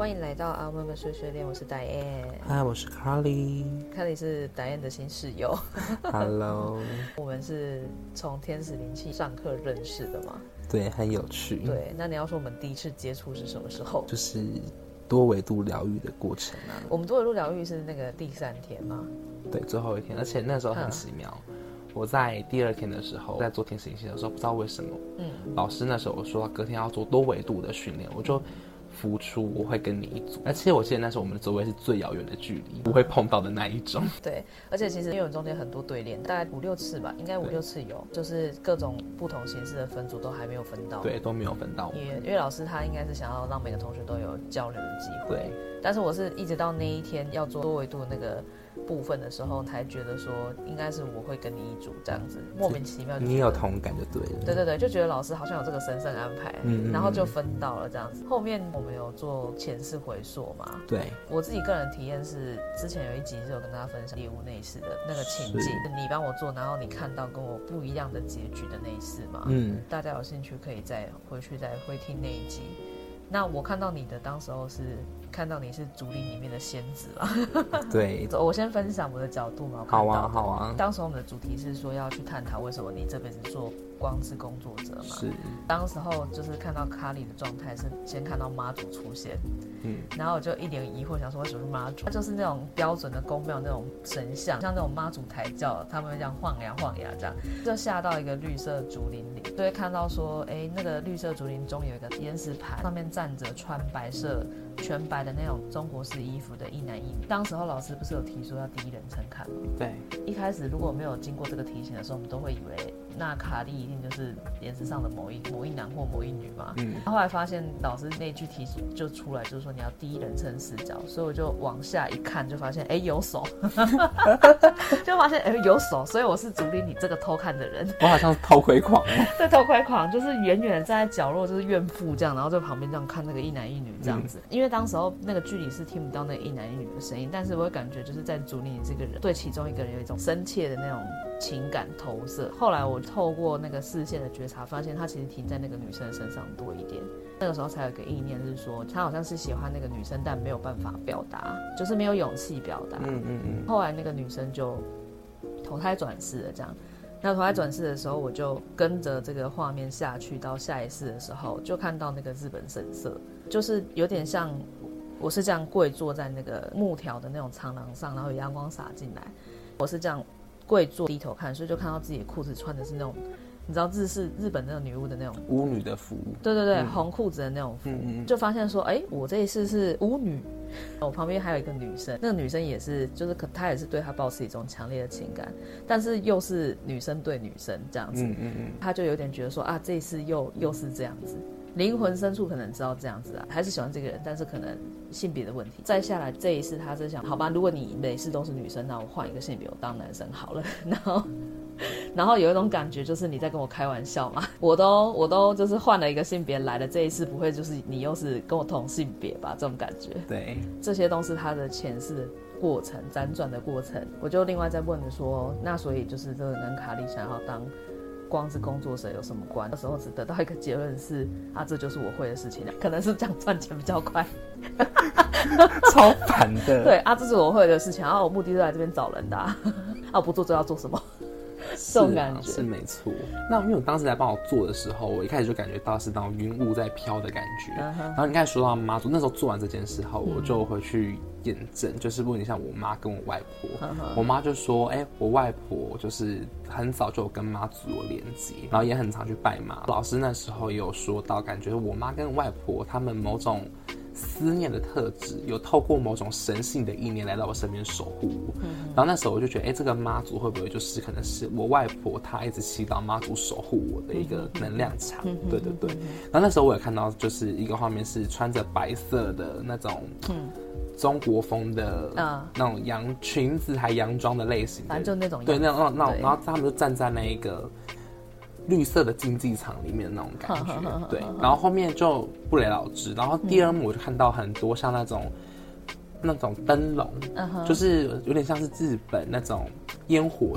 欢迎来到阿妹妹碎碎念，我是 Diane。 嗨，我是 Carly。Carly 是 Diane 的新室友。 Hello。 我们是从天使灵气上课认识的嘛？ 对，很有趣。 对，那你要说我们第一次接触是什么时候？ 就是多维度疗愈的过程啊。 我们多维度疗愈是那个第3天吗？ 对，最后一天，而且那时候很奇妙。我在第2天的时候，在做天使灵气的时候，不知道为什么，老师那时候说隔天要做多维度的训练，我就浮出我会跟你一组，而且我记得那时候我们的座位是最遥远的距离，不会碰到的那一种。 对，而且其实因为我们中间很多对练，大概5-6次吧，应该5-6次有，就是各种不同形式的分组都还没有分到。 对，都没有分到。 因为老师他应该是想要让每个同学都有交流的机会。 对， 但是我是一直到那一天要做多维度的那个部分的时候，才觉得说应该是我会跟你一组这样子，莫名其妙就你有同感就对了。 对对对，就觉得老师好像有这个神圣安排，然后就分到了这样子。后面我们有做前世回溯嘛？ 对， 我自己个人体验是，之前有一集是有跟大家分享业务那一世的那个情境，你帮我做，然后你看到跟我不一样的结局的那一世嘛。大家有兴趣可以再回去再会听那一集。那我看到你的当时候是看到你是竹林里面的仙子嘛？对，我先分享我的角度嘛。 好啊，好啊。 当时我们的主题是说要去探讨为什么你这辈子做光之工作者嘛。 是。 当时候就是看到卡里的状态是先看到妈祖出现，然后我就一脸疑惑，想说为什么是妈祖？他就是那种标准的宫庙那种神像，像那种妈祖抬轿，他们会这样晃呀晃呀这样，就下到一个绿色竹林里，就会看到说，那个绿色竹林中有一个岩石盘，上面站着穿白色全白的那种中国式衣服的一男一女。当时候老师不是有提出要第一人称看吗？对。一开始如果没有经过这个提醒的时候，我们都会以为那卡莉一定就是岩石上的某一男或某一女嘛。后来发现老师那句提醒就出来，就是说你要第一人称视角，所以我就往下一看，就发现有手，就发现有手，所以我是竹林里这个偷看的人。 我好像是偷窥狂。 对，偷窥狂就是远远站在角落，就是怨妇这样，然后在旁边这样看那个一男一女这样子。因为当时候那个距离是听不到那个一男一女的声音，但是我会感觉就是在竹林里这个人对其中一个人有一种深切的那种情感投射。后来我透过那个视线的觉察，发现他其实停在那个女生身上多一点。那个时候才有一个意念是说，他好像是喜欢那个女生，但没有办法表达，就是没有勇气表达。后来那个女生就投胎转世了，这样。那投胎转世的时候，我就跟着这个画面下去，到下一世的时候，就看到那个日本神社，就是有点像我是这样跪坐在那个木条的那种长廊上，然后有阳光洒进来，我是这样跪坐低头看，所以就看到自己的裤子穿的是那种。你知道日本那种女巫的那种巫女的服， 对对对，红裤子的那种服，就发现说，我这一次是巫女，我旁边还有一个女生，那个女生也是，就是她也是对她抱持一种强烈的情感，但是又是女生对女生这样子，她就有点觉得说啊，这一次又是这样子，灵魂深处可能知道这样子啊，还是喜欢这个人，但是可能性别的问题。再下来这一次，她是想，好吧，如果你每次都是女生，那我换一个性别，我当男生好了，然后有一种感觉就是你在跟我开玩笑嘛，我都就是换了一个性别来了，这一次不会就是你又是跟我同性别吧，这种感觉。对，这些都是他的前世的过程，辗转的过程。我就另外再问说，那所以就是这个跟卡莉想要当光之工作者有什么关？那时候只得到一个结论是啊，这就是我会的事情，可能是这样赚钱比较快。 超烦的。 对啊，这是我会的事情，然后我目的是来这边找人的啊，我不做就要做什么？这种感觉是没错。那因为我当时在帮我做的时候，我一开始就感觉到是那种云雾在飘的感觉。然后你刚才说到妈祖，那时候做完这件事后，我就回去验证，就是问一下我妈跟我外婆。我妈就说，我外婆就是很早就有跟妈祖有连接，然后也很常去拜妈。老师那时候也有说到，感觉我妈跟外婆他们某种思念的特质，有透过某种神性的意念来到我身边守护我。然后那时候我就觉得，这个妈祖会不会就是可能是我外婆她一直祈祷妈祖守护我的一个能量场？对对对。然后那时候我也看到，就是一个画面是穿着白色的那种，中国风的那种洋裙子还洋装的类型的， 反正就那种对那种，然后他们就站在那一个绿色的竞技场里面的那种感觉，对。然后后面就不了了之。然后第2幕我就看到很多像那种灯笼，就是有点像是日本那种烟火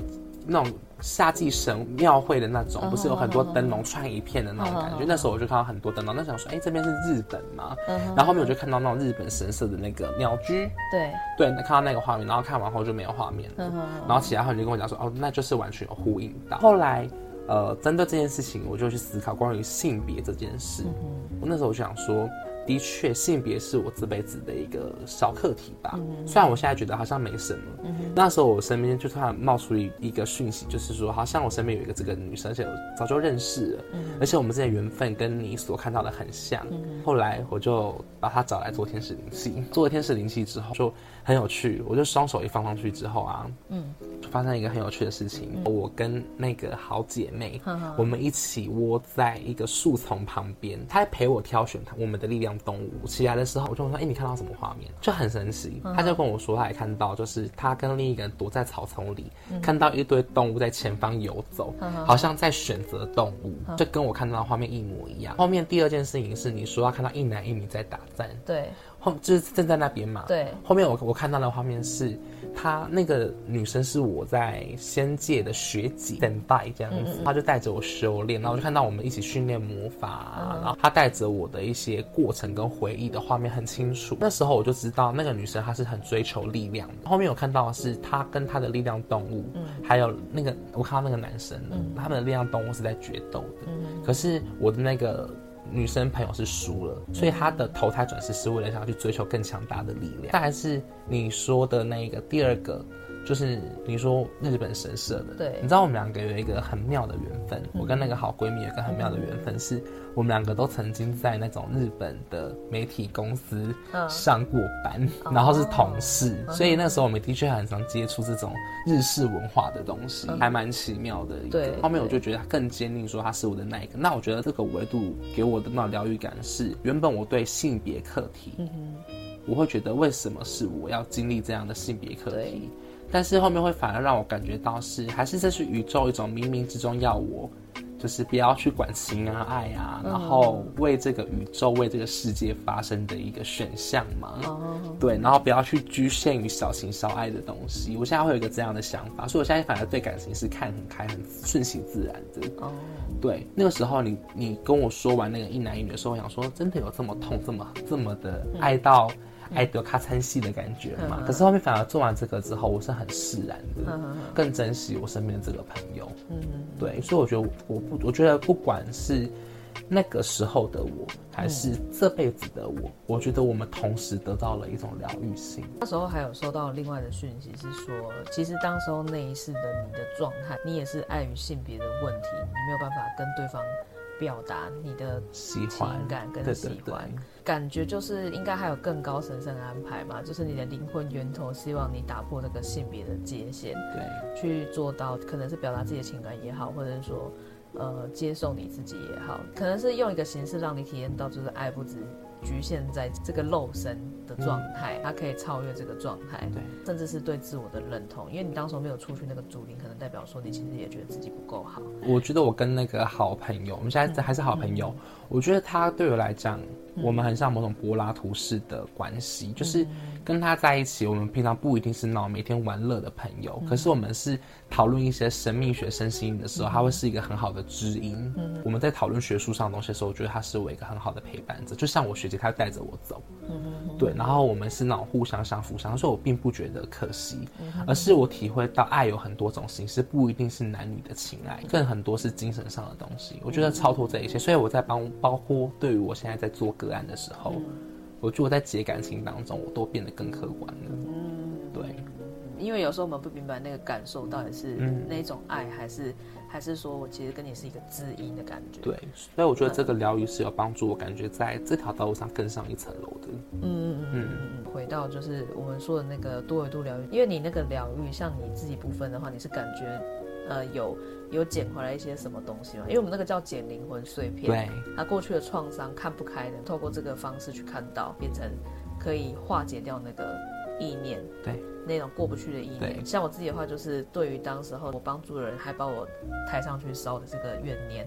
那种夏季神庙会的那种，不是有很多灯笼串一片的那种感觉。那时候我就看到很多灯笼，那想说，这边是日本吗？然后后面我就看到那种日本神社的那个鸟居，对，看到那个画面，然后看完后就没有画面了。然后其他人就跟我讲说，那就是完全有呼应到。后来针对这件事情，我就去思考关于性别这件事。我那时候就想说，的确，性别是我这辈子的一个小课题吧。虽然我现在觉得好像没什么，那时候我身边就突然冒出一个讯息，就是说，好像我身边有一个这个女生，而且我早就认识了，而且我们之间缘分跟你所看到的很像。后来我就把她找来做天使灵气，做了天使灵气之后就很有趣，我就双手一放上去之后啊，就发生一个很有趣的事情。我跟那个好姐妹，我们一起窝在一个树丛旁边，她还陪我挑选我们的力量动物。起来的时候，我就问说：“你看到什么画面？”就很神奇，她就跟我说，她也看到，就是她跟另一个人躲在草丛里，看到一堆动物在前方游走，好像在选择动物，就跟我看到的画面一模一样。后面第二件事情是，你说要看到一男一女在打战， 对。 就是正在那边嘛。 对。 后面我看到的画面是，她那个女生是我在仙界的学姐等待这样子，她就带着我修炼，然后我就看到我们一起训练魔法，然后她带着我的一些过程跟回忆的画面很清楚。那时候我就知道那个女生她是很追求力量的。后面我看到的是她跟她的力量动物，还有那个我看到那个男生，他们的力量动物是在决斗的，可是我的那个女生朋友是输了，所以她的投胎转世是为了想要去追求更强大的力量。再来是你说的那个第二个，就是你说日本神社的， 对， 你知道我们两个有一个很妙的缘分，我跟那个好闺蜜有一个很妙的缘分，是我们两个都曾经在那种日本的媒体公司上过班，然后是同事，所以那时候我们的确很常接触这种日式文化的东西，还蛮奇妙的一个。后面我就觉得更坚定说他是我的那一个。那我觉得这个维度给我的那种疗愈感是，原本我对性别课题，我会觉得为什么是我要经历这样的性别课题，但是后面会反而让我感觉到是，还是这是宇宙一种冥冥之中要我就是不要去管情啊爱啊，然后为这个宇宙为这个世界发生的一个选项嘛。对，然后不要去局限于小情小爱的东西。我现在会有一个这样的想法，所以我现在反而对感情是看很开很顺其自然的。对，那个时候你跟我说完那个一男一女的时候，我想说真的有这么痛这么的爱到爱得咔参戏的感觉嘛。可是后面反而做完这个之后，我是很释然的，更珍惜我身边的这个朋友。对，所以我觉得不管是那个时候的我，还是这辈子的我觉得我们同时得到了一种疗愈性。 那时候还有收到另外的讯息是说，其实当时候那一世的你的状态，你也是碍于性别的问题，你没有办法跟对方表达你的情感跟喜欢，感觉就是应该还有更高神圣的安排嘛，就是你的灵魂源头希望你打破这个性别的界限，对，去做到可能是表达自己的情感也好，或者是说接受你自己也好，可能是用一个形式让你体验到，就是爱不只局限在这个肉身的状态，它可以超越这个状态，对，甚至是对自我的认同。因为你当时没有出去那个主灵，可能代表说你其实也觉得自己不够好。 我觉得我跟那个好朋友，我们现在还是好朋友，我觉得他对我来讲，我们很像某种柏拉图式的关系，就是跟他在一起，我们平常不一定是那种每天玩乐的朋友，可是我们是讨论一些神秘学、身心灵的时候，他会是一个很好的知音。我们在讨论学术上的东西的时候，我觉得他是我一个很好的陪伴者，就像我学姐，她带着我走，对，然后我们是那种互相相辅相，所以我并不觉得可惜，而是我体会到爱有很多种形式，不一定是男女的情爱，更很多是精神上的东西。我觉得超脱这一切，所以我在包括对于我现在在做个案的时候，我觉得我在解感情当中，我都变得更客观了。对， 因为有时候我们不明白那个感受到底是那种爱，还是说我其实跟你是一个知音的感觉。 对，所以我觉得这个疗愈是有帮助我，感觉在这条道路上更上一层楼的。 回到就是我们说的那个多维度疗愈，因为你那个疗愈，像你自己部分的话，你是感觉有捡回来一些什么东西吗？因为我们那个叫捡灵魂碎片，对，他过去的创伤看不开的，透过这个方式去看到，变成可以化解掉那个意念，对，那种过不去的意念。像我自己的话，就是对于当时候我帮助的人，还把我抬上去烧的这个怨念，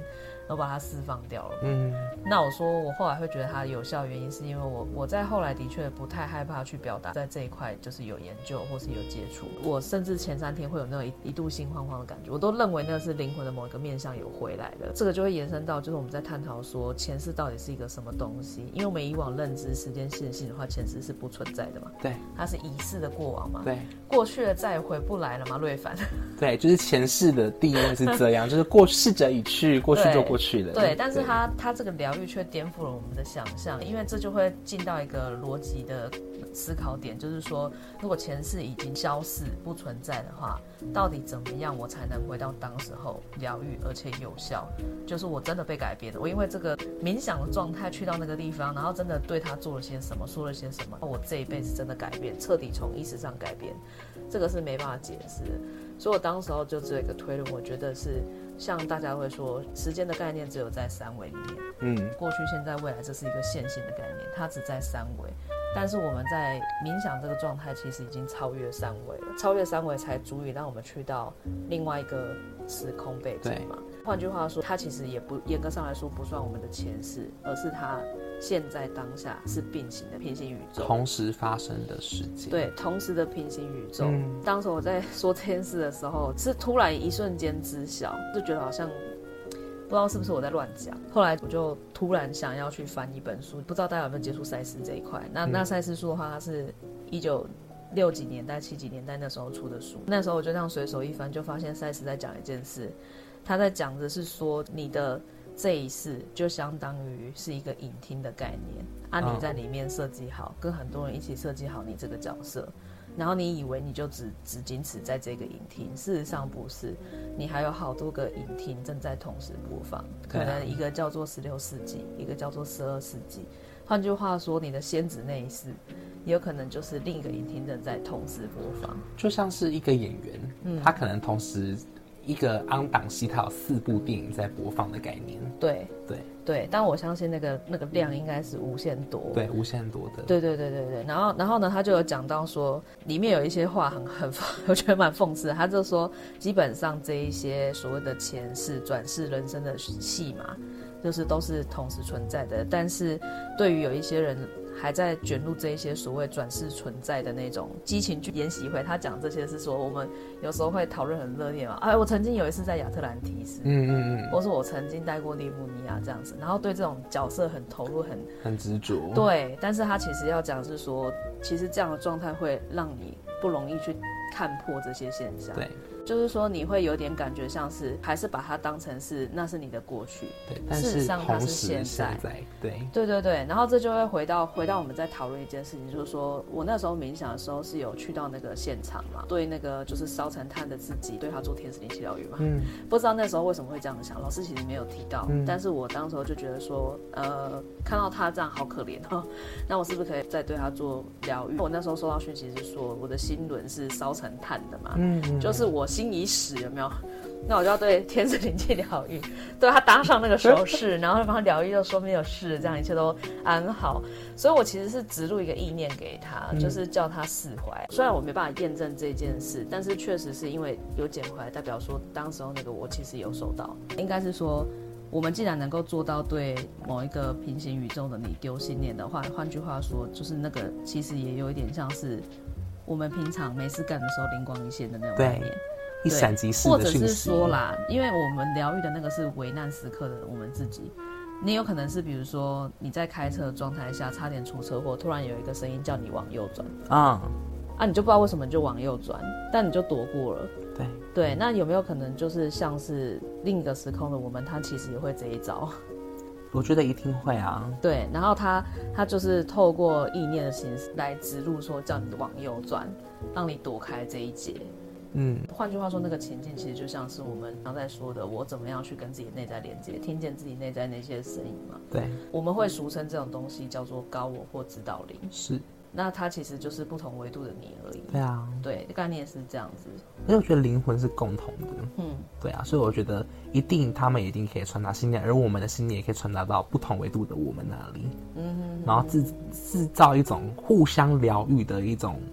然后把它释放掉了。那我说我后来会觉得它有效的原因是因为我在后来的确不太害怕去表达在这一块就是有研究或是有接触，我甚至前3天会有那种一度心慌慌的感觉，我都认为那是灵魂的某一个面向有回来了。这个就会延伸到就是我们在探讨说前世到底是一个什么东西，因为我们以往认知时间线性的话，前世是不存在的嘛， 对， 它是已逝的过往嘛， 对， 过去了再也回不来了嘛，瑞凡。 对，就是前世的定义是这样，就是过逝者已去，过去就过去了。 对，但是它这个疗愈却颠覆了我们的想象，因为这就会进到一个逻辑的思考点，就是说，如果前世已经消逝不存在的话，到底怎么样我才能回到当时候疗愈而且有效？就是我真的被改变了，我因为这个冥想的状态去到那个地方，然后真的对他做了些什么，说了些什么，我这一辈子真的改变，彻底从意识上改变，这个是没办法解释的。所以我当时候就只有一个推论，我觉得是像大家会说，时间的概念只有在3维里面，过去、现在、未来，这是一个线性的概念，它只在3维。但是我们在冥想这个状态，其实已经超越3维了，超越3维才足以让我们去到另外一个时空背景嘛。换句话说，它其实也不严格上来说不算我们的前世，而是它现在当下是并行的平行宇宙， 同时发生的事情。 对，同时的平行宇宙。当时我在说这件事的时候，是突然一瞬间知晓，就觉得好像不知道是不是我在乱讲。后来我就突然想要去翻一本书，不知道大家有没有接触赛斯这一块。那赛斯书的话，它是1960几年代、70几年代那时候出的书。那时候我就这样随手一翻，就发现赛斯在讲一件事，他在讲的是说你的这一世就相当于是一个影厅的概念啊，你在里面设计好，跟很多人一起设计好你这个角色，然后你以为你就只仅此在这个影厅，事实上不是，你还有好多个影厅正在同时播放，可能一个叫做16世纪，一个叫做12世纪。换句话说，你的仙子那一世也有可能就是另一个影厅正在同时播放， 就像是一个演员，他可能同时一个昂档戏，它有4部电影在播放的概念。 对对对，但我相信那个量应该是无限多， 对，无限多的。 对对对对对。然后呢，他就有讲到说，里面有一些话很我觉得蛮讽刺的。他就说，基本上这一些所谓的前世、转世人生的戏码，就是都是同时存在的。但是对于有一些人还在卷入这一些所谓转世存在的那种激情剧研习会，他讲这些是说我们有时候会讨论很热烈嘛，我曾经有一次在亚特兰提斯，或是我曾经待过利姆尼亚这样子，然后对这种角色很投入，很执着， 对，但是他其实要讲是说，其实这样的状态会让你不容易去看破这些现象，对。就是说你会有点感觉像是还是把它当成是那是你的过去，对，但是事实上它是现在， 对对对对。然后这就会回到我们在讨论一件事情，就是说我那时候冥想的时候是有去到那个现场嘛，对那个就是烧成炭的自己，对他做天使灵气疗愈嘛，不知道那时候为什么会这样想，老师其实没有提到，但是我当时候就觉得说，看到他这样好可怜哦，那我是不是可以再对他做疗愈？我那时候收到讯息是说我的心轮是烧成炭的嘛，就是我心已死，有没有？那我就要对天使灵气疗愈，对他搭上那个手势，然后帮他疗愈，就说没有事，这样一切都安好。所以我其实是植入一个意念给他，就是叫他释怀。虽然我没办法验证这件事，但是确实是因为有捡回来，代表说当时候那个我其实有收到。应该是说，我们既然能够做到对某一个平行宇宙的你丢信念的话，换句话说，就是那个其实也有一点像是我们平常没事干的时候灵光一现的那种概念。 一闪即逝的讯息， 或者是说啦，因为我们疗愈的那个是危难时刻的我们自己，你有可能是比如说你在开车的状态下差点出车祸，突然有一个声音叫你往右转你就不知道为什么你就往右转，但你就躲过了。对，那有没有可能就是像是另一个时空的我们，他其实也会这一招？ 我觉得一定会啊。 对，然后他就是透过意念的形式来植入说叫你往右转，让你躲开这一劫。换句话说，那个情境其实就像是我们常在说的，我怎么样去跟自己内在连接，听见自己内在那些声音嘛。对，我们会俗称这种东西叫做高我或指导灵。是，那它其实就是不同维度的你而已。对啊，对，概念是这样子。 因为我觉得灵魂是共同的。对啊，所以我觉得他们一定可以传达信念，而我们的信念也可以传达到不同维度的我们那里。然后制造一种互相疗愈的一种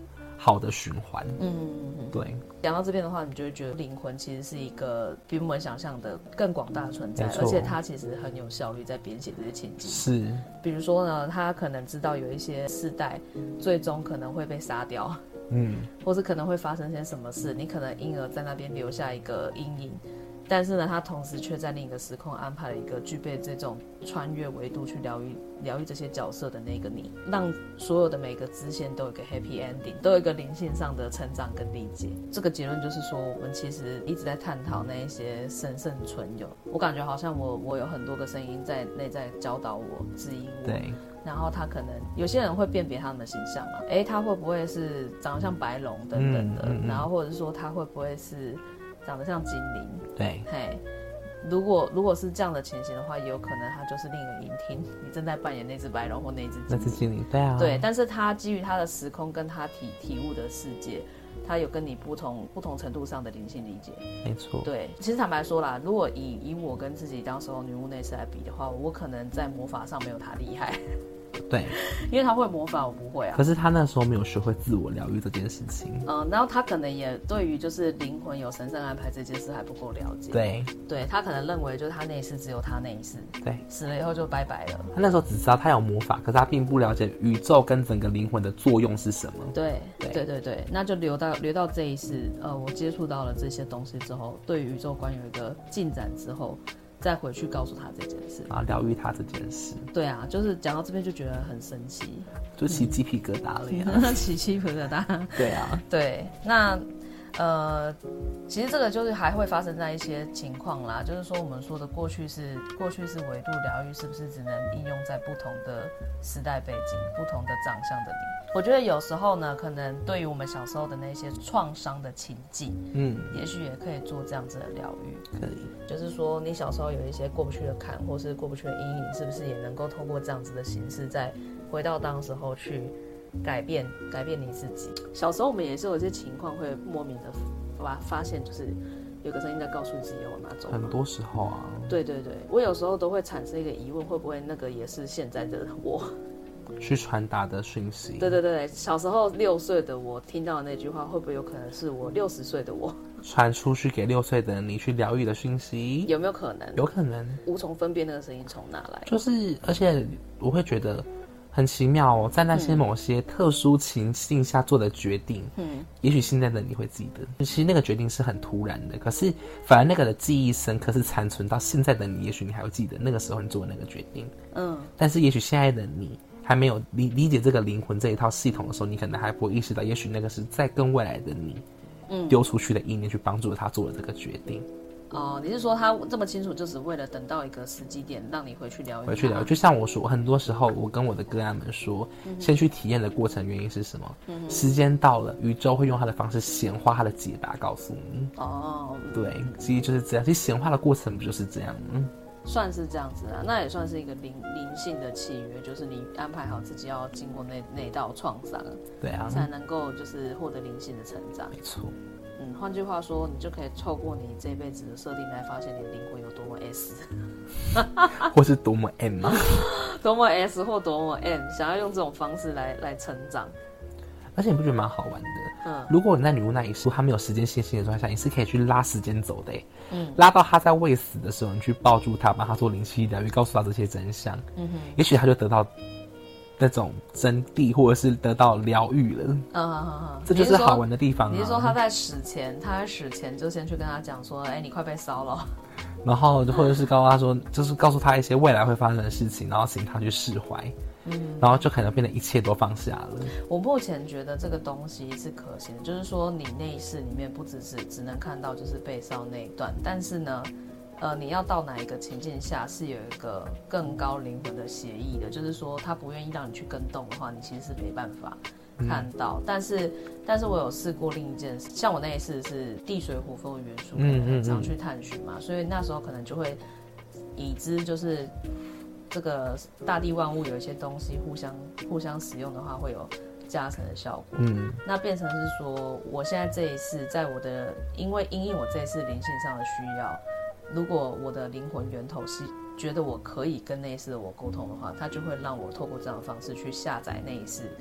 好的循环。对。 讲到这边的话，你就会觉得灵魂其实是一个比我们想象的更广大的存在，而且它其实很有效率在编写这些情境。 是， 比如说呢，他可能知道有一些世代最终可能会被杀掉，或是可能会发生些什么事，你可能因而在那边留下一个阴影。但是呢，他同时却在另一个时空安排了一个具备这种穿越维度去疗愈这些角色的那个你，让所有的每个支线都有一个 happy ending， 都有一个灵性上的成长跟理解。这个结论就是说，我们其实一直在探讨那一些神圣存有。我感觉好像我有很多个声音在内在教导我、指引我。 对。 然后他可能有些人会辨别他们的形象嘛，他会不会是长得像白龙等等的，然后或者是说他会不会是长得像精灵？ 对， 嘿，如果是这样的情形的话，也有可能他就是另一个聆听你正在扮演那只白龙或那只精灵。 对啊， 对，但是他基于他的时空跟他体悟的世界，他有跟你不同程度上的灵性理解。 没错， 对，其实坦白说啦，如果以我跟自己当时候女巫内侍来比的话，我可能在魔法上没有他厉害。 对， 因为他会魔法，我不会啊。 可是他那时候没有学会自我疗愈这件事情。 然后他可能也对于就是灵魂有神圣安排这件事还不够了解。对，他可能认为就是他那一世只有他那一世，对，死了以后就拜拜了。 他那时候只知道他有魔法，可是他并不了解宇宙跟整个灵魂的作用是什么。 对，那就留到这一世，我接触到了这些东西之后，对于宇宙观有一个进展之后。再回去告诉他这件事啊，疗愈他这件事。 对啊，就是讲到这边就觉得很神奇， 就起鸡皮疙瘩了呀， 起鸡皮疙瘩。 对啊， 对，那其实这个就是还会发生在一些情况啦，就是说我们说的过去是维度疗愈，是不是只能应用在不同的时代背景、不同的长相的你？我觉得有时候呢，可能对于我们小时候的那些创伤的情境，也许也可以做这样子的疗愈。 可以， 就是说你小时候有一些过不去的坎，或是过不去的阴影，是不是也能够透过这样子的形式，再回到当时候去改变你自己？小时候我们也是有一些情况会莫名的发现，就是有个声音在告诉自己要往哪走。 很多时候啊， 对，我有时候都会产生一个疑问，会不会那个也是现在的我去传达的讯息？ 对，小时候6岁的我听到的那句话，会不会有可能是我60岁的我传出去给6岁的你去疗愈的讯息？ 有没有可能？ 有可能， 无从分辨那个声音从哪来。 就是，而且我会觉得很奇妙哦，在那些某些特殊情境下做的决定，也许现在的你会记得，其实那个决定是很突然的，可是反而那个的记忆深刻是残存到现在的你，也许你还会记得那个时候你做的那个决定，但是也许现在的你还没有理解这个灵魂这一套系统的时候，你可能还不会意识到，也许那个是在跟未来的你丢出去的意念去帮助他做了这个决定。 你是说他这么清楚，就只为了等到一个时机点，让你回去疗愈？ 就像我说，很多时候我跟我的个案们说，先去体验的过程原因是什么？时间到了，宇宙会用它的方式显化它的解答告诉你。对，其实就是这样。其实显化的过程不就是这样吗？ 算是这样子啊，那也算是一个灵性的契约，就是你安排好自己要经过那道创伤， 对啊， 才能够就是获得灵性的成长。 没错。 换句话说，你就可以透过你这辈子的设定来发现你的灵魂有多么 S， 或是多么 M 吗？ 多么 S 或多么 M， 想要用这种方式来成长。 而且你不觉得蛮好玩的？如果你在女巫那一世，他没有时间线性的状态下，你是可以去拉时间走的。拉到他在未死的时候，你去抱住他，帮他做灵气疗愈，告诉他这些真相。也许他就得到那种真谛，或者是得到疗愈了。这就是好玩的地方。 你是说他在死前就先去跟他讲说，你快被烧了。 然后或者是告诉他说，就是告诉他一些未来会发生的事情，然后请他去释怀。然后就可能变得一切都放下了。 我目前觉得这个东西是可行的，就是说你那一世里面不只能看到就是被烧那一段，但是呢，你要到哪一个情境下是有一个更高灵魂的协议的，就是说他不愿意让你去跟动的话，你其实是没办法看到。但是我有试过另一件事，像我那一世是地水火风的元素，很常去探寻嘛，所以那时候可能就会已知就是这个大地万物有一些东西互相使用的话，会有加成的效果。那变成是说，我现在这一世在我的因应我这一次灵性上的需要，如果我的灵魂源头是觉得我可以跟那一世的我沟通的话，它就会让我透过这样的方式去下载那一世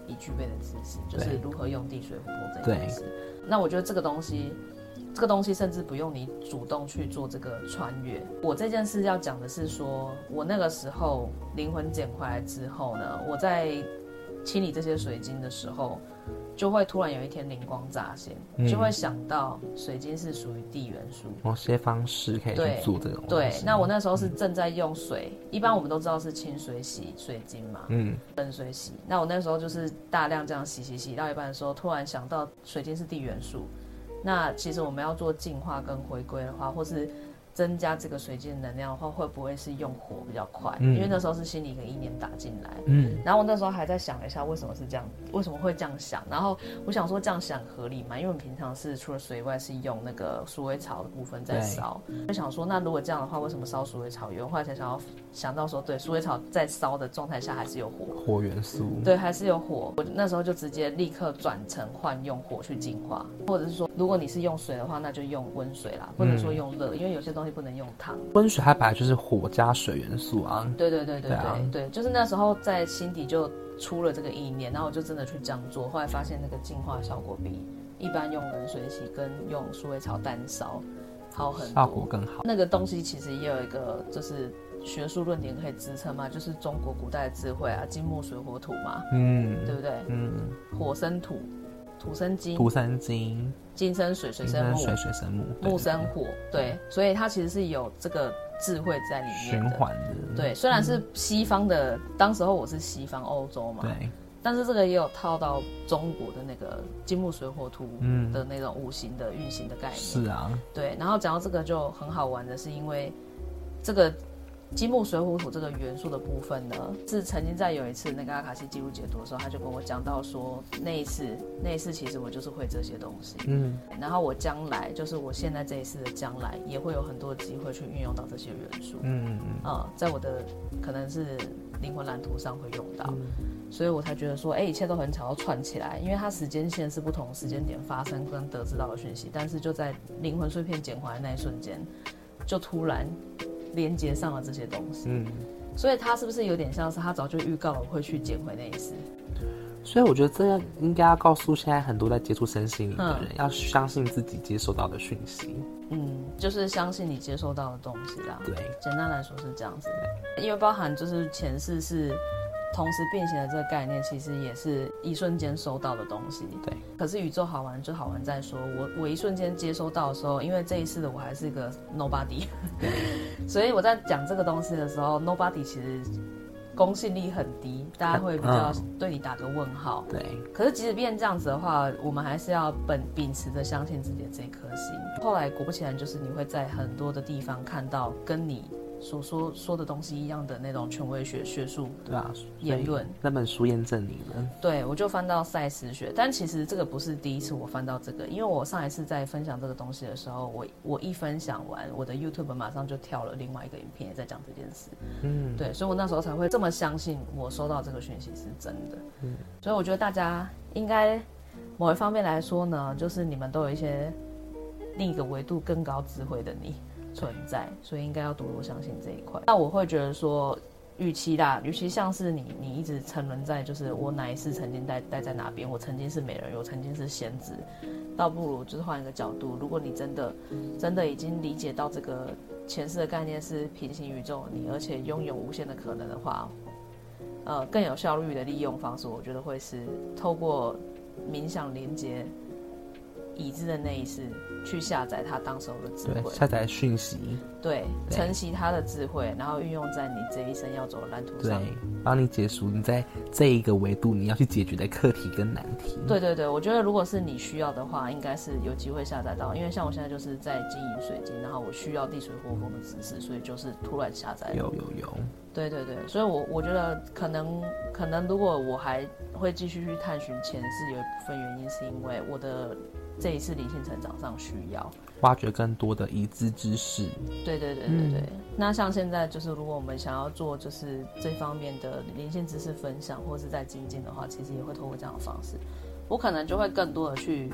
已具备的知识，就是如何用地水火风这件事。那我觉得这个东西甚至不用你主动去做这个穿越。我这件事要讲的是说，我那个时候灵魂捡回来之后呢，我在清理这些水晶的时候，就会突然有一天灵光乍现，就会想到水晶是属于地元素， 某些方式可以去做这种东西。 对，那我那时候是正在用水，一般我们都知道是清水洗水晶嘛，冷水洗。那我那时候就是大量这样洗到一半的时候，突然想到水晶是地元素。那其实我们要做净化跟回归的话，或是增加这个水晶的能量的话，会不会是用火比较快？因为那时候是心里一个意念打进来，然后我那时候还在想一下为什么是这样，为什么会这样想，然后我想说这样想合理嘛，因为我们平常是除了水以外是用那个鼠尾草的部分在烧，就想说那如果这样的话，为什么烧鼠尾草油？后来才想到说，对，鼠尾草在烧的状态下还是有火元素， 对，还是有火。我那时候就直接立刻转成换用火去净化，或者是说如果你是用水的话，那就用温水啦，不能说用热，因为有些东西不能用汤。 温水它本来就是火加水元素啊。 对，就是那时候在心底就出了这个意念，然后我就真的去这样做，后来发现那个净化效果比一般用冷水洗跟用鼠尾草单烧好很多， 效果更好。 那个东西其实也有一个就是学术论点可以支撑嘛，就是中国古代的智慧啊，金木水火土嘛，对不对？火生土，土生金，金生水，水生木， 水生木， 木生火，对，所以它其实是有这个智慧在里面的， 循环的。 对，虽然是西方的，当时候我是西方欧洲嘛， 对， 但是这个也有套到中国的那个金木水火土的那种五行的运行的概念。 是啊， 对，然后讲到这个就很好玩的是，因为这个金木水火土这个元素的部分呢，是曾经在有一次那个阿卡西记录解读的时候，他就跟我讲到说，那一次其实我就是会这些东西，然后我将来就是我现在这一次的将来也会有很多机会去运用到这些元素，在我的可能是灵魂蓝图上会用到，所以我才觉得说，一切都很巧要串起来，因为它时间线是不同时间点发生跟得知到的讯息，但是就在灵魂碎片捡回来那一瞬间，就突然连接上了这些东西，所以他是不是有点像是他早就预告了我会去捡回那一次？ 所以我觉得这样应该要告诉现在很多在接触身心灵的人，要相信自己接收到的讯息。 就是相信你接收到的东西啦。 对， 简单来说是这样子，因为包含就是前世是同时并行的这个概念，其实也是一瞬间收到的东西。 对， 可是宇宙好玩就好玩在说，我一瞬间接收到的时候，因为这一次的我还是一个 nobody， 所以我在讲这个东西的时候 ，nobody 其实公信力很低，大家会比较对你打个问号。 对， 可是即使变这样子的话，我们还是要秉持着相信自己的这颗心。后来果不其然，就是你会在很多的地方看到跟你所说的东西一样的那种权威学术言论， 那本书验证你了。 对，我就翻到赛斯学，但其实这个不是第一次我翻到这个，因为我上一次在分享这个东西的时候，我一分享完，我的 YouTube 马上就跳了另外一个影片也在讲这件事。对，所以我那时候才会这么相信我收到这个讯息是真的。所以我觉得大家应该某一方面来说呢，就是你们都有一些另一个维度更高智慧的你存在，所以应该要多多相信这一块。那我会觉得说，与其像是你一直沉沦在就是我哪一世曾经待在哪边，我曾经是美人鱼，我曾经是仙子，倒不如就是换一个角度，如果你真的已经理解到这个前世的概念是平行宇宙你，而且拥有无限的可能的话，更有效率的利用方式，我觉得会是透过冥想连接已知的那一世去下载他当时候的智慧， 下载讯息， 对，承袭他的智慧，然后运用在你这一生要走的蓝图上， 对，帮你解除你在这一个维度你要去解决的课题跟难题。 对，我觉得如果是你需要的话，应该是有机会下载到，因为像我现在就是在经营水晶，然后我需要地水火风的知识，所以就是突然下载。 有。 对，所以我觉得可能如果我还会继续去探寻前世，有一部分原因是因为我的这一次灵性成长上需要挖掘更多的已知知识。 对。那像现在就是如果我们想要做就是这方面的灵性知识分享或是在精进的话，其实也会透过这样的方式，我可能就会更多的去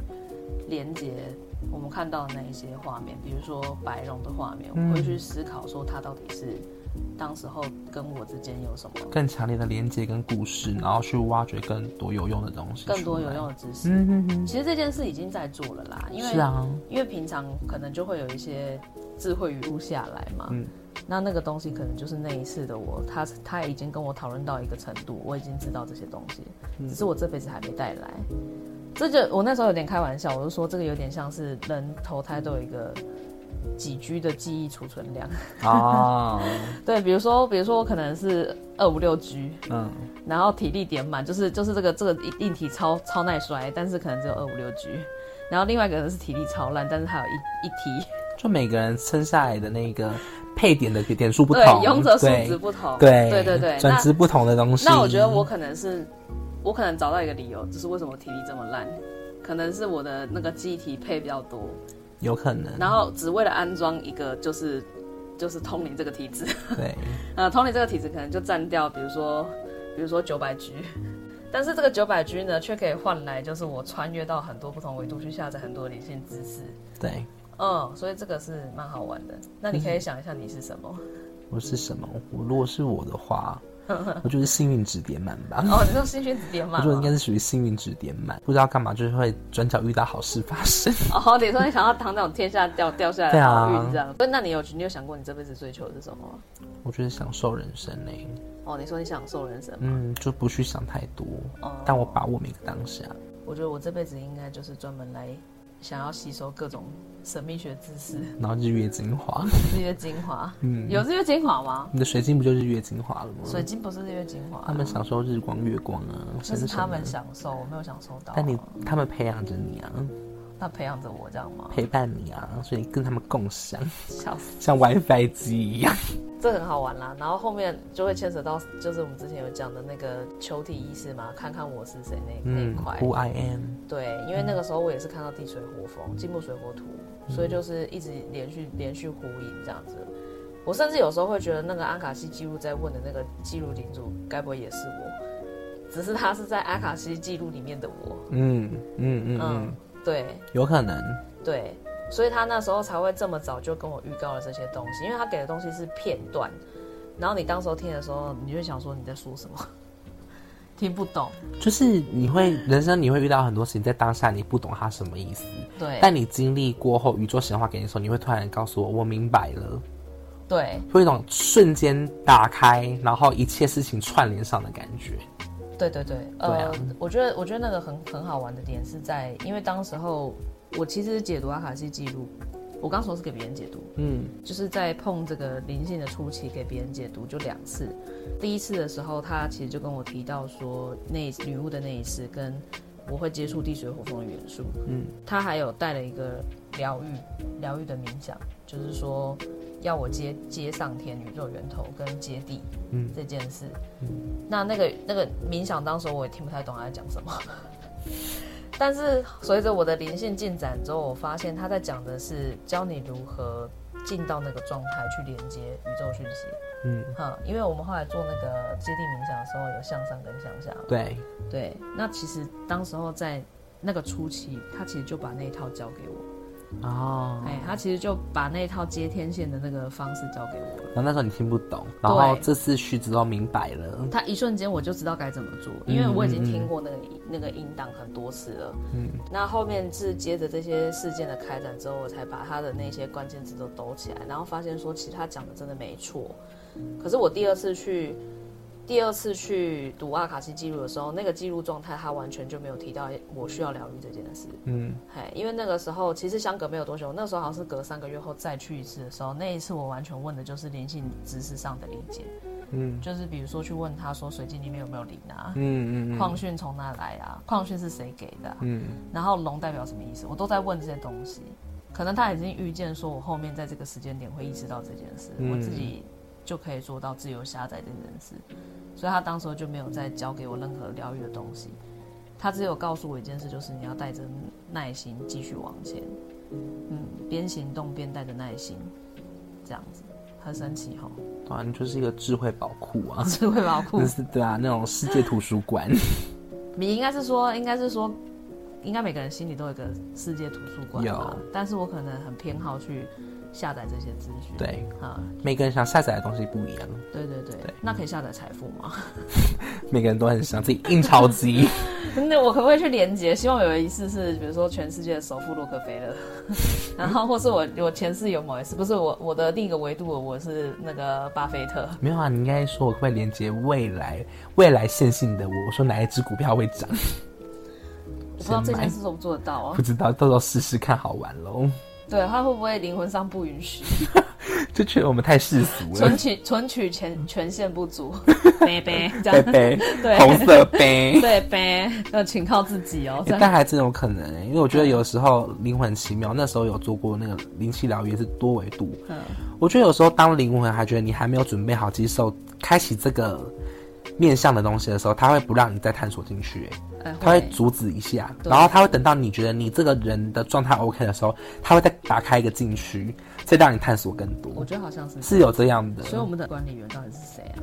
连接我们看到的那一些画面，比如说白龙的画面，我们会去思考说它到底是当时候跟我之间有什么更强烈的连接跟故事，然后去挖掘更多有用的东西， 更多有用的知识。其实这件事已经在做了啦，因为是啊， 因为平常可能就会有一些智慧语录下来嘛，那个东西可能就是那一次的我，他已经跟我讨论到一个程度，我已经知道这些东西，只是我这辈子还没带来。这就我那时候有点开玩笑，我就说这个有点像是人投胎都有一个几 G 的记忆储存量啊，对，比如说我可能是256 G， 然后体力点满，就是这个硬体超耐摔，但是可能只有256 G， 然后另外一个人是体力超烂，但是他有一 T， 就每个人生下来的那个配点的点数不同， 对，勇者数值不同，对， 转职不同的东西。 那我觉得我可能找到一个理由，就是为什么体力这么烂，可能是我的那个记忆体配比较多。 有可能， 然后只为了安装一个就是通灵这个体质， 对， 通灵这个体质可能就占掉，比如说900 G， 但是这个900 G 呢，却可以换来就是我穿越到很多不同维度去下载很多灵性知识， 对， 所以这个是蛮好玩的。那你可以想一下你是什么？ 我是什么？如果是我的话。我觉得幸运值点满吧。 你说幸运值点满？ 我觉得应该是属于幸运值点满，不知道干嘛就是会转角遇到好事发生。 你说你想要当那种天下掉下来的好运这样。那你有想过你这辈子追求的是什么？ 我觉得享受人生你说你享受人生吗？ 就不去想太多，但我把握每个当下。 我觉得我这辈子应该就是专门来想要吸收各种神秘学知识， 然后日月精华， 有日月精华吗？ 你的水晶不就日月精华了吗？ 水晶不是日月精华， 他们享受日光月光啊， 那是他们享受，我没有享受到。 但他们培养着你啊， 他培养着我这样吗？ 陪伴你啊，所以你跟他们共享， 笑死， 像 WiFi 机一样。 这很好玩啦，然后后面就会牵扯到，就是我们之前有讲的那个球体仪式嘛，看看我是谁那一块。 Who I am。 对，因为那个时候我也是看到地水火风、金木水火土，所以就是一直连续呼应这样子。我甚至有时候会觉得，那个阿卡西记录在问的那个记录领主，该不会也是我？只是他是在阿卡西记录里面的我。对， 有可能。 对。所以他那时候才会这么早就跟我预告了这些东西，因为他给的东西是片段，然后你当时候听的时候，你就会想说你在说什么，听不懂。 就是人生你会遇到很多事情，在当下你不懂它什么意思， 对。 但你经历过后，宇宙显化给你的时候，你会突然告诉我明白了， 对， 会有一种瞬间打开，然后一切事情串联上的感觉。 对，我觉得那个很好玩的点是在，因为当时候。我其实解读阿卡西记录，我刚说是给别人解读，就是在碰这个灵性的初期给别人解读就2次。第一次的时候，他其实就跟我提到说，女巫的那一次跟我会接触地水火风的元素，他还有带了一个疗愈的冥想，就是说要我接上天宇宙源头跟接地这件事。那个冥想当时我也听不太懂他在讲什么。但是随着我的灵性进展之后，我发现他在讲的是教你如何进到那个状态去连接宇宙讯息。因为我们后来做那个接地冥想的时候，有向上跟向下。对，那其实当时候在那个初期，他其实就把那一套教给我。他其实就把那一套接天线的那个方式教给我了。 然后那时候你听不懂，然后这次去之后明白了。 他一瞬间我就知道该怎么做，因为我已经听过那个音档很多次了。那后面是接着这些事件的开展之后，我才把他的那些关键字都抖起来，然后发现说其实他讲的真的没错。可是我第二次去读阿卡西记录的时候，那个记录状态他完全就没有提到我需要疗愈这件事。因为那个时候其实相隔没有多久，那时候好像是隔3个月后再去一次的时候，那一次我完全问的就是灵性知识上的理解。就是比如说去问他说水晶里面有没有灵啊，矿讯从哪来啊，矿讯是谁给的啊，然后龙代表什么意思，我都在问这些东西。可能他已经预见说我后面在这个时间点会意识到这件事，我自己就可以做到自由下载这件事，所以他当时就没有再教给我任何疗愈的东西，他只有告诉我一件事，就是你要带着耐心继续往前，边行动边带着耐心，这样子很神奇齁。 对啊，你就是一个智慧宝库啊， 智慧宝库， 就是对啊，那种世界图书馆。 你应该是说应该每个人心里都有一个世界图书馆吧，但是我可能很偏好去下载这些资讯。 对啊，每个人想下载的东西不一样。 对，那可以下载财富吗？ 每个人都很想自己印钞机。 那我可不可以去连结？希望有一次是，比如说全世界的首富洛克菲勒，然后或是我前世有某一次，不是我的另一个维度，我是那个巴菲特。 没有啊，你应该说我可不可以连接未来线性的我说哪一只股票会涨？ 我不知道这件事做不做得到啊？ 不知道，到时候试试看好玩咯。 对，他会不会灵魂上不允许？ 就觉得我们太世俗了， 存取权限不足，杯这样， 杯对， 红色杯， 对杯，请靠自己哦。 但还真有可能因为我觉得有时候灵魂很奇妙。那时候有做过那个灵气疗愈，是多维度。我觉得有时候当灵魂还觉得你还没有准备好接受开启这个面向的东西的时候，他会不让你再探索进去。他会阻止一下，然后他会等到你觉得你这个人的状态 OK 的时候，他会再打开一个禁区，再让你探索更多。 我觉得好像是有这样的。 所以我们的管理员到底是谁啊？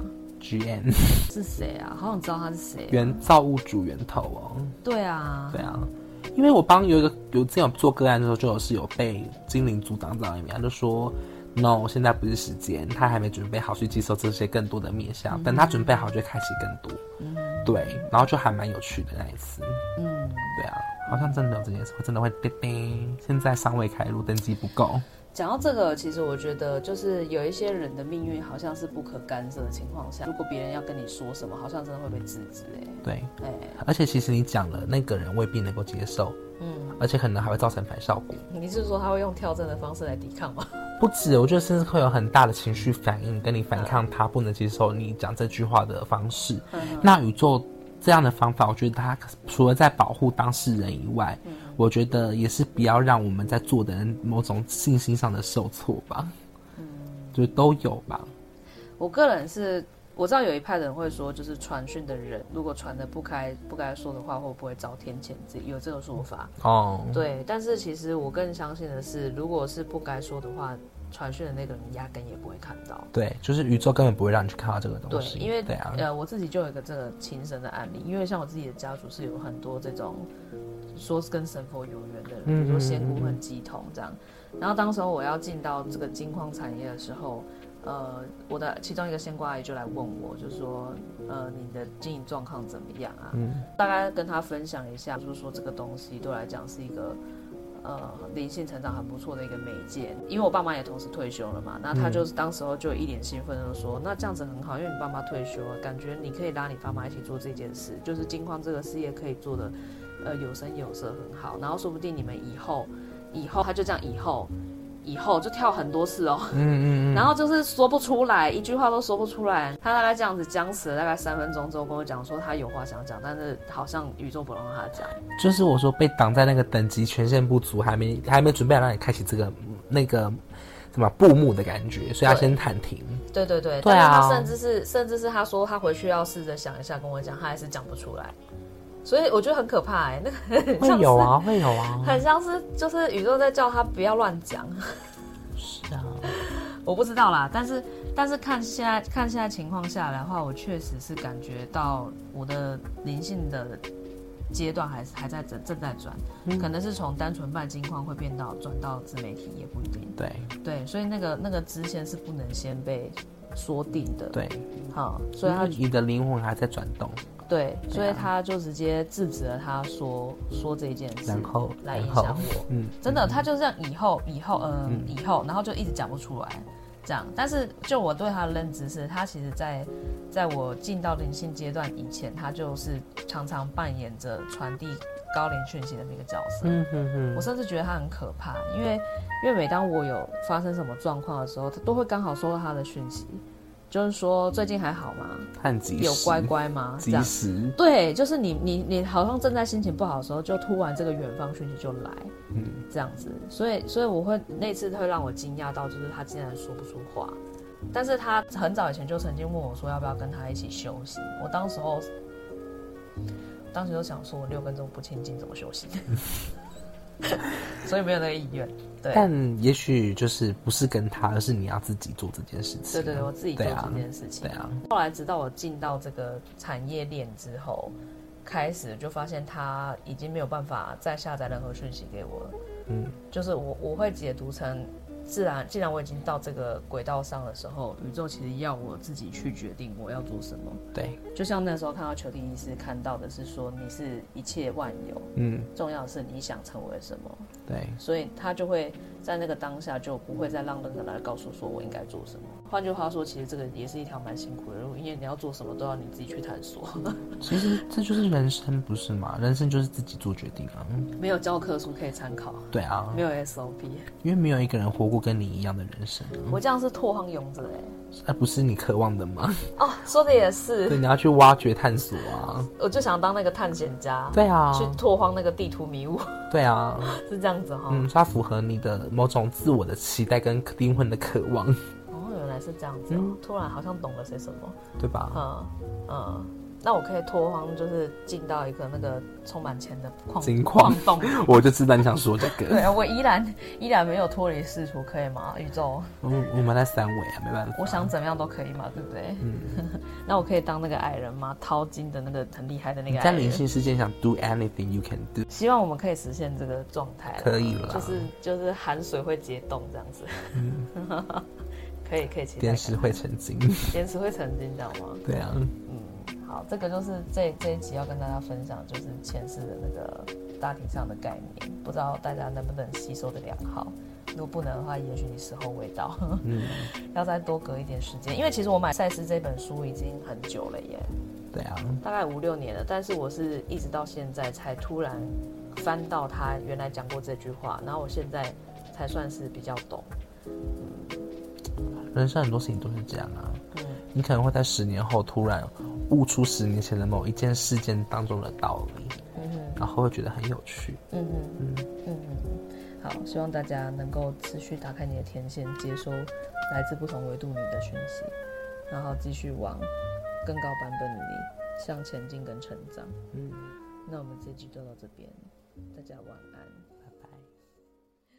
GM 是谁啊？好想知道他是谁。 原造物主源头哦。 对啊， 因为我帮之前有做个案的时候，就有被精灵阻挡在里面，他就说 No， 现在不是时间，他还没准备好去接受这些更多的面向，等他准备好就会开启更多。对，然后就还蛮有趣的那一次。对啊，好像真的有这件事，我真的会现在尚未开路，登记不够。 讲到这个，其实我觉得就是有一些人的命运好像是不可干涉的情况下，如果别人要跟你说什么，好像真的会被制止。 对，而且其实你讲了，那个人未必能够接受。而且可能还会造成反效果。 你是说他会用跳针的方式来抵抗吗？ 不止，我觉得甚至会有很大的情绪反应，跟你反抗他不能接受你讲这句话的方式。那宇宙这样的方法，我觉得他除了在保护当事人以外，我觉得也是不要让我们在做的人某种信心上的受挫吧。就都有吧。 我个人是我知道有一派的人会说，就是传讯的人如果传的不该说的话，会不会遭天谴？有这个说法对，但是其实我更相信的是，如果是不该说的话，传讯的那个人压根也不会看到。对， 就是宇宙根本不会让你去看到这个东西。 对，因为我自己就有一个这个亲身的案例，因为像我自己的家族是有很多这种说是跟神佛有缘的人，比如说仙姑和乩童这样。然后当时候我要进到这个金矿产业的时候，我的其中一个仙姑阿姨就来问我，就说你的经营状况怎么样啊？大概跟她分享一下，就是说这个东西对我来讲是一个灵性成长很不错的一个媒介。因为我爸妈也同时退休了嘛，那他就是当时候就一脸兴奋的说，那这样子很好，因为你爸妈退休了，感觉你可以拉你爸妈一起做这件事，就是金矿这个事业可以做的有声有色很好，然后说不定你们以后他就这样以后就跳很多次然后就是说不出来，一句话都说不出来。他大概这样子僵持了大概3分钟之后，跟我讲说他有话想讲，但是好像宇宙不让他讲。 就是我说被挡在那个等级权限不足，还没准备让你开启这个那个什么布幕的感觉，所以他先喊停。 对，但是他甚至是他说他回去要试着想一下跟我讲，他还是讲不出来。所以我觉得很可怕那个会有啊， 很像是就是宇宙在叫他不要乱讲。 是啊， 我不知道啦，但是看现在情况下来的话，我确实是感觉到我的灵性的阶段还在正在转，可能是从单纯办金矿会变到转到自媒体也不一定。对，所以那个支线是不能先被说定的。对，好，所以你的灵魂还在转动。 对，所以他就直接制止了他说这一件事， 然后来影响我。真的，他就这样以后，然后就一直讲不出来，这样。但是就我对他的认知是，他其实在我进到灵性阶段以前，他就是常常扮演着传递高灵讯息的那个角色。我甚至觉得他很可怕，因为每当我有发生什么状况的时候，他都会刚好收到他的讯息。就是说最近还好吗？ 很及时， 有乖乖吗？ 及时。 对，就是你好像正在心情不好的时候，就突然这个远方讯息就来，这样子。所以我会那次会让我惊讶到，就是他竟然说不出话。但是他很早以前就曾经问我说要不要跟他一起修行。我当时就想说，我6分钟不清静怎么修行？所以没有那个意愿。对， 但也许就是不是跟他，而是你要自己做这件事情。 对，我自己做这件事情。对啊。后来直到我进到这个产业链之后， 开始就发现他已经没有办法再下载任何讯息给我了。就是我会解读成，既然我已经到这个轨道上的时候，宇宙其实要我自己去决定我要做什么。 对， 就像那时候看到裘蒂医师看到的是说，你是一切万有，重要的是你想成为什么。 对， 所以他就会在那个当下就不会再让任何人来告诉说我应该做什么。换句话说，其实这个也是一条蛮辛苦的路，因为你要做什么都要你自己去探索。 其实这就是人生，不是吗？人生就是自己做决定啊， 没有教科书可以参考。 对啊， 没有 SOP， 因为没有一个人活过跟你一样的人生。 我这样是拓荒勇者那不是你渴望的吗？ 哦，说的也是。 对，你要去挖掘探索啊。 我就想当那个探险家。 对啊， 去拓荒那个地图迷雾。 对啊， 是这样子哈。 它符合你的某种自我的期待跟灵魂的渴望。 原来是这样子突然好像懂了些什么， 对吧？ 那我可以拓荒，就是进到一个那个充满钱的金矿洞。 我就知道你想说这个。 对啊，我依然没有脱离世俗，可以吗？宇宙， 我们在三维啊，没办法。 我想怎么样都可以嘛，对不对？那我可以当那个矮人吗？淘金的那个很厉害的那个矮人。 在灵性世界想 do anything you can do。 希望我们可以实现这个状态。 可以了。 就是含水会结冻这样子。可以期待。 电视会成精。 电视会成精，这样吗？ 对啊。 好，这个就是这一集要跟大家分享，就是前世的那个大体上的概念，不知道大家能不能吸收的良好。如果不能的话，也许你时候未到，要再多隔一点时间。因为其实我买赛斯这本书已经很久了耶。 对啊， 大概5-6年了，但是我是一直到现在才突然翻到他原来讲过这句话，然后我现在才算是比较懂。 人生很多事情都是这样啊。你可能会在10年后突然悟出10年前的某一件事件当中的道理，然后会觉得很有趣。 好，希望大家能够持续打开你的天线，接收来自不同维度你的讯息，然后继续往更高版本里向前进跟成长。那我们这集就到这边，大家晚安。